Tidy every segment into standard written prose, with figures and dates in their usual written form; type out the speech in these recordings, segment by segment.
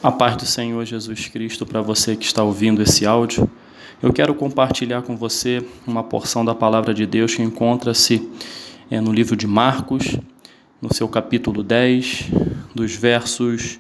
A paz do Senhor Jesus Cristo para você que está ouvindo esse áudio. Eu quero compartilhar com você uma porção da palavra de Deus que encontra-se no livro de Marcos, no seu capítulo 10, dos versos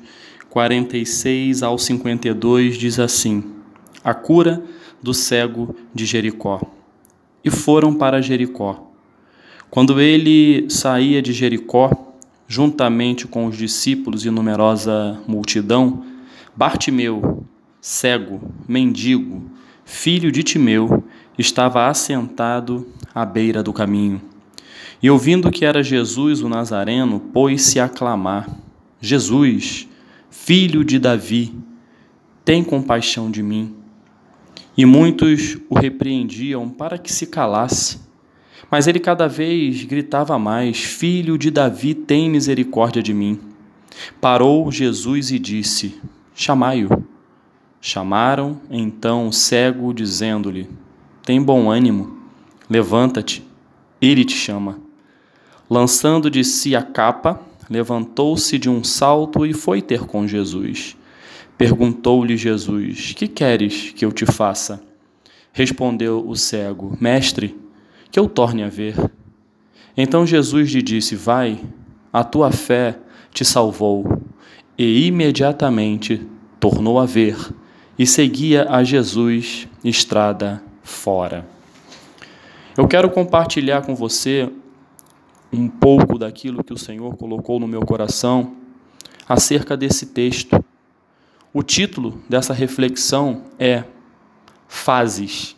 46 ao 52, diz assim: A cura do cego de Jericó. E foram para Jericó. Quando ele saía de Jericó, juntamente com os discípulos e numerosa multidão, Bartimeu, cego, mendigo, filho de Timeu, estava assentado à beira do caminho. E ouvindo que era Jesus o Nazareno, pôs-se a clamar: Jesus, filho de Davi, tem compaixão de mim. E muitos o repreendiam para que se calasse. Mas ele cada vez gritava mais: Filho de Davi, tem misericórdia de mim. Parou Jesus e disse: Chamai-o. Chamaram então o cego, dizendo-lhe: Tem bom ânimo, levanta-te, ele te chama. Lançando de si a capa, levantou-se de um salto e foi ter com Jesus. Perguntou-lhe Jesus: Que queres que eu te faça? Respondeu o cego: Mestre, que eu torne a ver. Então Jesus lhe disse: Vai, a tua fé te salvou. E imediatamente tornou a ver e seguia a Jesus estrada fora. Eu quero compartilhar com você um pouco daquilo que o Senhor colocou no meu coração acerca desse texto. O título dessa reflexão é Fases.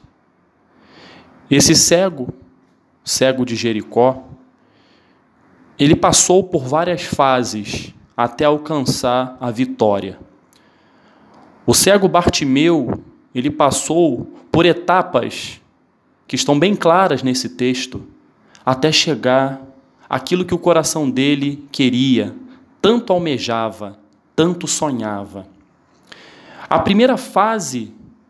Esse cego de Jericó, ele passou por várias fases até alcançar a vitória. O cego Bartimeu, ele passou por etapas que estão bem claras nesse texto, até chegar àquilo que o coração dele queria, tanto almejava, tanto sonhava. A primeira fase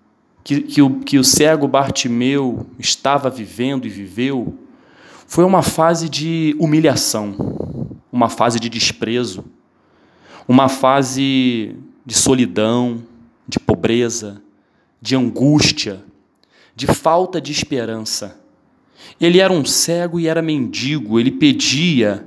que o cego Bartimeu estava vivendo e viveu foi uma fase de humilhação, uma fase de desprezo, uma fase de solidão, de pobreza, de angústia, de falta de esperança. Ele era um cego e era mendigo, ele pedia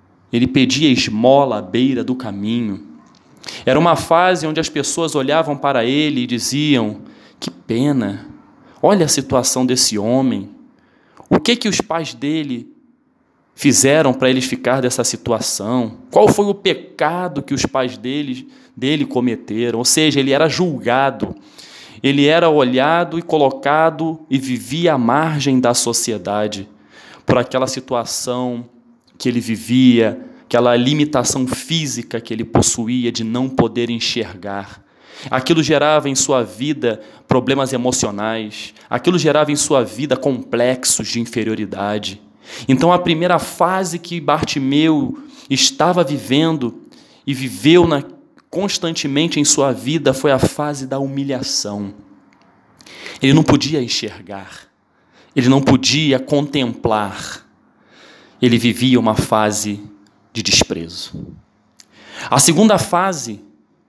esmola à beira do caminho. Era uma fase onde as pessoas olhavam para ele e diziam: que pena, olha a situação desse homem. O que os pais dele fizeram para ele ficar dessa situação? Qual foi o pecado que os pais dele cometeram? Ou seja, ele era julgado, ele era olhado e colocado e vivia à margem da sociedade por aquela situação que ele vivia, aquela limitação física que ele possuía de não poder enxergar. Aquilo gerava em sua vida problemas emocionais, aquilo gerava em sua vida complexos de inferioridade. Então, a primeira fase que Bartimeu estava vivendo e viveu constantemente em sua vida foi a fase da humilhação. Ele não podia enxergar, ele não podia contemplar, ele vivia uma fase de desprezo. A segunda fase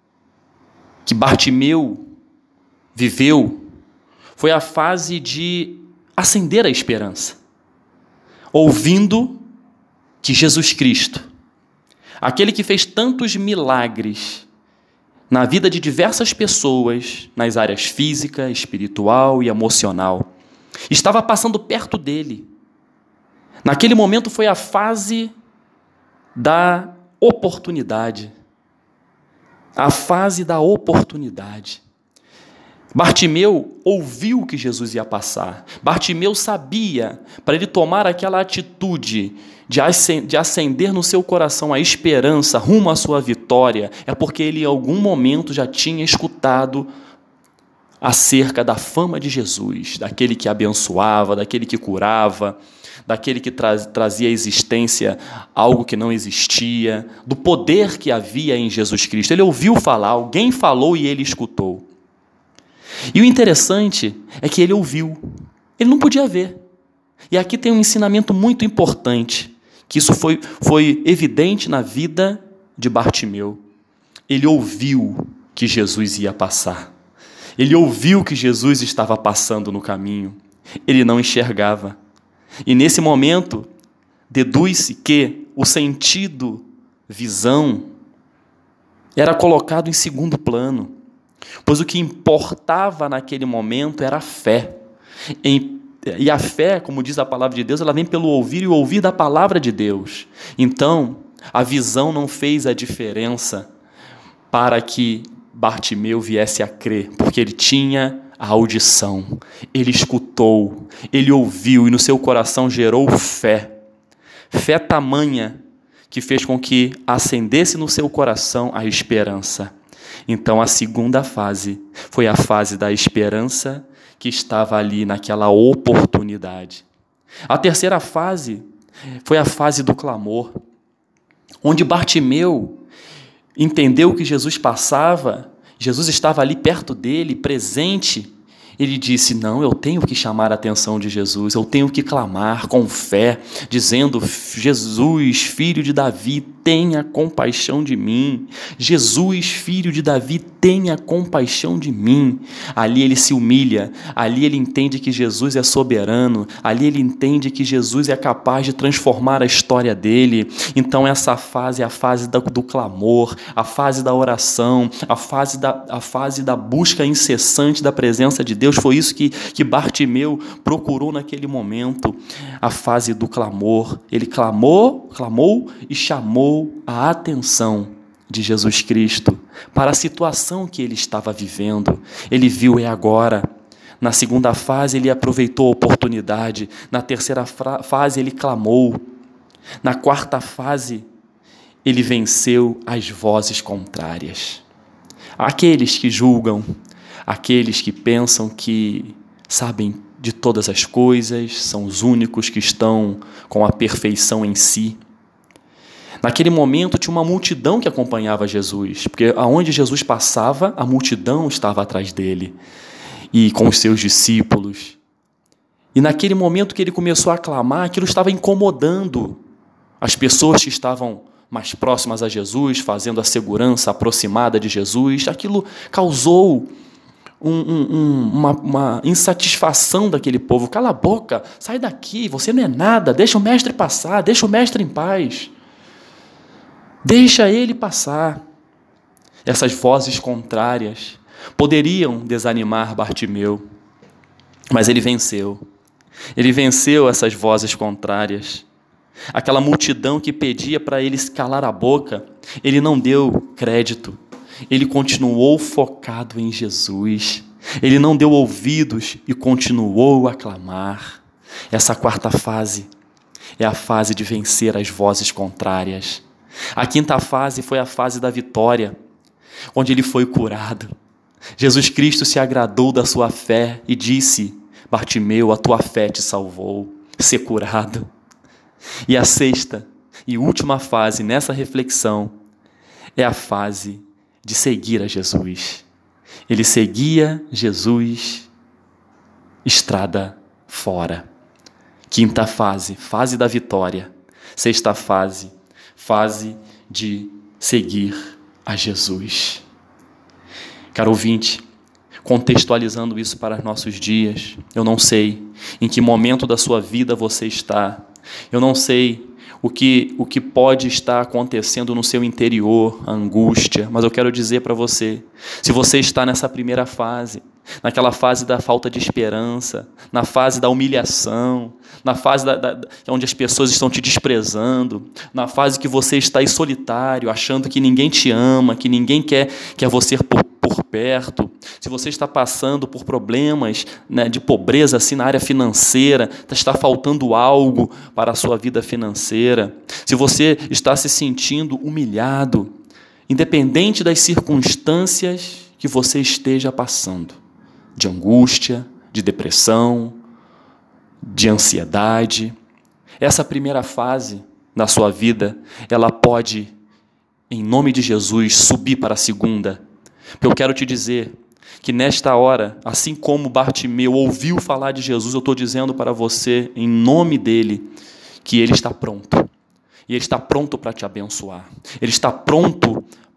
que Bartimeu viveu foi a fase de acender a esperança, ouvindo que Jesus Cristo, aquele que fez tantos milagres na vida de diversas pessoas, nas áreas física, espiritual e emocional, estava passando perto dele. Naquele momento foi a fase da oportunidade. A fase da oportunidade. Bartimeu ouviu que Jesus ia passar. Bartimeu sabia, para ele tomar aquela atitude de acender no seu coração a esperança rumo à sua vitória, é porque ele em algum momento já tinha escutado acerca da fama de Jesus, daquele que abençoava, daquele que curava, daquele que trazia à existência algo que não existia, do poder que havia em Jesus Cristo. Ele ouviu falar, alguém falou e ele escutou. E o interessante é que ele ouviu, ele não podia ver. E aqui tem um ensinamento muito importante, que isso foi evidente na vida de Bartimeu. Ele ouviu que Jesus ia passar. Ele ouviu que Jesus estava passando no caminho. Ele não enxergava. E nesse momento, deduz-se que o sentido, visão, era colocado em segundo plano, pois o que importava naquele momento era a fé. E a fé, como diz a palavra de Deus, ela vem pelo ouvir e o ouvir da palavra de Deus. Então, a visão não fez a diferença para que Bartimeu viesse a crer, porque ele tinha a audição, ele escutou, ele ouviu e no seu coração gerou fé. Fé tamanha que fez com que acendesse no seu coração a esperança. Então a segunda fase foi a fase da esperança que estava ali naquela oportunidade. A terceira fase foi a fase do clamor, onde Bartimeu entendeu que Jesus passava, Jesus estava ali perto dele, presente. Ele disse, não, eu tenho que chamar a atenção de Jesus, eu tenho que clamar com fé, dizendo, Jesus, filho de Davi, tenha compaixão de mim. Jesus, filho de Davi, tenha compaixão de mim. Ali ele se humilha, ali ele entende que Jesus é soberano, ali ele entende que Jesus é capaz de transformar a história dele. Então essa fase é a fase do clamor, a fase da oração, a fase da busca incessante da presença de Deus. Foi isso que Bartimeu procurou naquele momento, a fase do clamor. Ele clamou e chamou a atenção de Jesus Cristo para a situação que ele estava vivendo. Ele viu, é agora. Na segunda fase, ele aproveitou a oportunidade. Na terceira fase, ele clamou. Na quarta fase, ele venceu as vozes contrárias. Aqueles que julgam, aqueles que pensam que sabem de todas as coisas, são os únicos que estão com a perfeição em si. Naquele momento tinha uma multidão que acompanhava Jesus, porque aonde Jesus passava, a multidão estava atrás dele, e com os seus discípulos. E naquele momento que ele começou a clamar, aquilo estava incomodando as pessoas que estavam mais próximas a Jesus, fazendo a segurança aproximada de Jesus. Aquilo causou uma insatisfação daquele povo. Cala a boca, sai daqui, você não é nada, deixa o mestre passar, deixa o mestre em paz. Deixa ele passar. Essas vozes contrárias poderiam desanimar Bartimeu, mas ele venceu. Ele venceu essas vozes contrárias. Aquela multidão que pedia para ele calar a boca, ele não deu crédito. Ele continuou focado em Jesus. Ele não deu ouvidos e continuou a clamar. Essa quarta fase é a fase de vencer as vozes contrárias. A quinta fase foi a fase da vitória, onde ele foi curado. Jesus Cristo se agradou da sua fé e disse, Bartimeu, a tua fé te salvou, ser curado. E a sexta e última fase nessa reflexão é a fase de seguir a Jesus. Ele seguia Jesus, estrada fora. Quinta fase, fase da vitória. Sexta fase, fase de seguir a Jesus. Caro ouvinte, contextualizando isso para os nossos dias, eu não sei em que momento da sua vida você está, eu não sei o que pode estar acontecendo no seu interior, a angústia, mas eu quero dizer para você, se você está nessa primeira fase, naquela fase da falta de esperança, na fase da humilhação, na fase onde as pessoas estão te desprezando, na fase que você está aí solitário, achando que ninguém te ama, que ninguém quer você por perto, se você está passando por problemas, né, de pobreza assim, na área financeira, está faltando algo para a sua vida financeira, se você está se sentindo humilhado, independente das circunstâncias que você esteja passando, de angústia, de depressão, de ansiedade, essa primeira fase na sua vida, ela pode, em nome de Jesus, subir para a segunda. Porque eu quero te dizer que nesta hora, assim como Bartimeu ouviu falar de Jesus, eu estou dizendo para você, em nome dele, que ele está pronto. E ele está pronto para te abençoar. Ele está pronto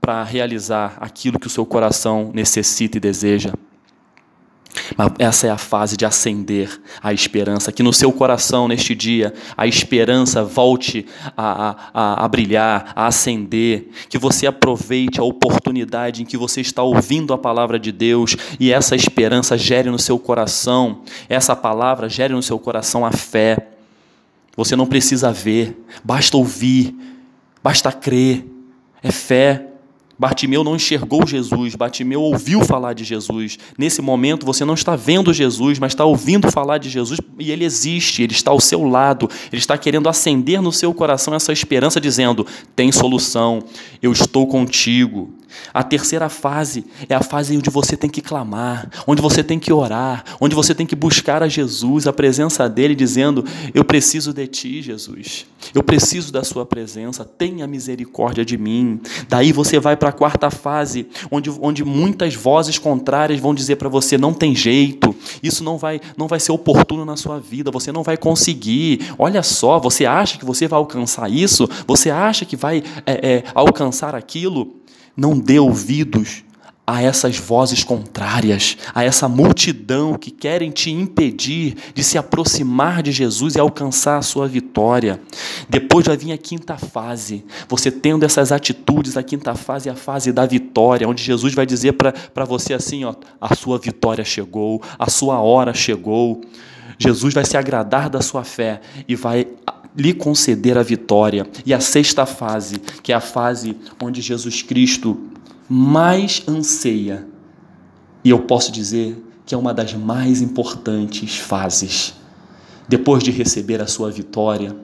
para realizar aquilo que o seu coração necessita e deseja. Mas essa é a fase de acender a esperança, que no seu coração, neste dia, a esperança volte a brilhar, a acender, que você aproveite a oportunidade em que você está ouvindo a palavra de Deus e essa esperança gere no seu coração, essa palavra gere no seu coração a fé. Você não precisa ver, basta ouvir, basta crer, é fé. Bartimeu não enxergou Jesus, Bartimeu ouviu falar de Jesus. Nesse momento você não está vendo Jesus, mas está ouvindo falar de Jesus e ele existe, ele está ao seu lado, ele está querendo acender no seu coração essa esperança dizendo, tem solução, eu estou contigo. A terceira fase é a fase onde você tem que clamar, onde você tem que orar, onde você tem que buscar a Jesus, a presença dele, dizendo, eu preciso de ti, Jesus, eu preciso da sua presença, tenha misericórdia de mim. Daí você vai para a quarta fase, onde muitas vozes contrárias vão dizer para você, não tem jeito, isso não vai ser oportuno na sua vida, você não vai conseguir, olha só, você acha que você vai alcançar isso? Você acha que vai alcançar aquilo? Não dê ouvidos a essas vozes contrárias, a essa multidão que querem te impedir de se aproximar de Jesus e alcançar a sua vitória. Depois vai vir a quinta fase. Você tendo essas atitudes, a quinta fase é a fase da vitória, onde Jesus vai dizer para você assim, ó, a sua vitória chegou, a sua hora chegou. Jesus vai se agradar da sua fé e vai lhe conceder a vitória. E a sexta fase, que é a fase onde Jesus Cristo mais anseia, e eu posso dizer que é uma das mais importantes fases. Depois de receber a sua vitória,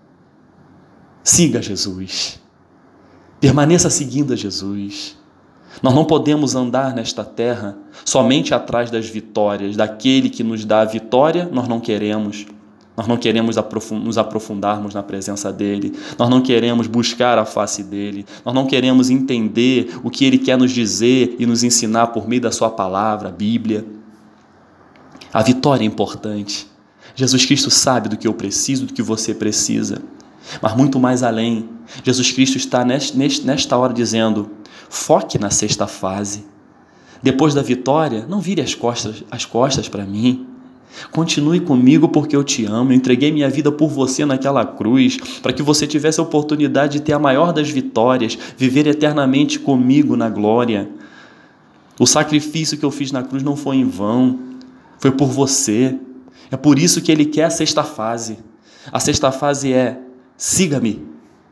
siga Jesus. Permaneça seguindo a Jesus. Nós não podemos andar nesta terra somente atrás das vitórias, daquele que nos dá a vitória, nós não queremos. Nós não queremos nos aprofundarmos na presença dele, nós não queremos buscar a face dele, nós não queremos entender o que ele quer nos dizer e nos ensinar por meio da sua palavra, a Bíblia. A vitória é importante. Jesus Cristo sabe do que eu preciso, do que você precisa. Mas muito mais além, Jesus Cristo está nesta hora dizendo, foque na sexta fase. Depois da vitória, não vire as costas para mim. Continue comigo porque eu te amo, eu entreguei minha vida por você naquela cruz, para que você tivesse a oportunidade de ter a maior das vitórias, viver eternamente comigo na glória. O sacrifício que eu fiz na cruz não foi em vão, foi por você. É por isso que ele quer a sexta fase. A sexta fase é, siga-me.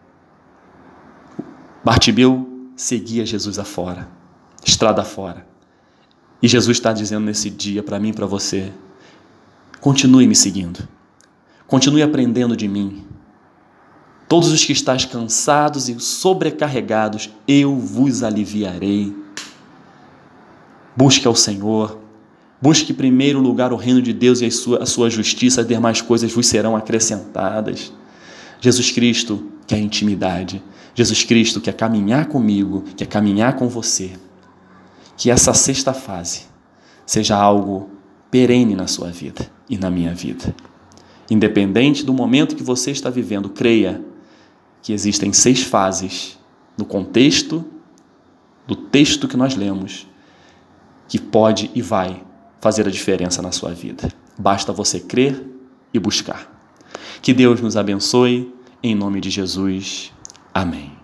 Bartimeu seguia Jesus afora, estrada afora. E Jesus está dizendo nesse dia para mim e para você, continue me seguindo, continue aprendendo de mim. Todos os que estáis cansados e sobrecarregados, eu vos aliviarei. Busque ao Senhor, busque em primeiro lugar o reino de Deus e a sua justiça, as demais coisas vos serão acrescentadas. Jesus Cristo quer intimidade, Jesus Cristo quer caminhar comigo, quer caminhar com você. Que essa sexta fase seja algo perene na sua vida e na minha vida. Independente do momento que você está vivendo, creia que existem 6 fases no contexto do texto que nós lemos que pode e vai fazer a diferença na sua vida. Basta você crer e buscar. Que Deus nos abençoe, em nome de Jesus. Amém.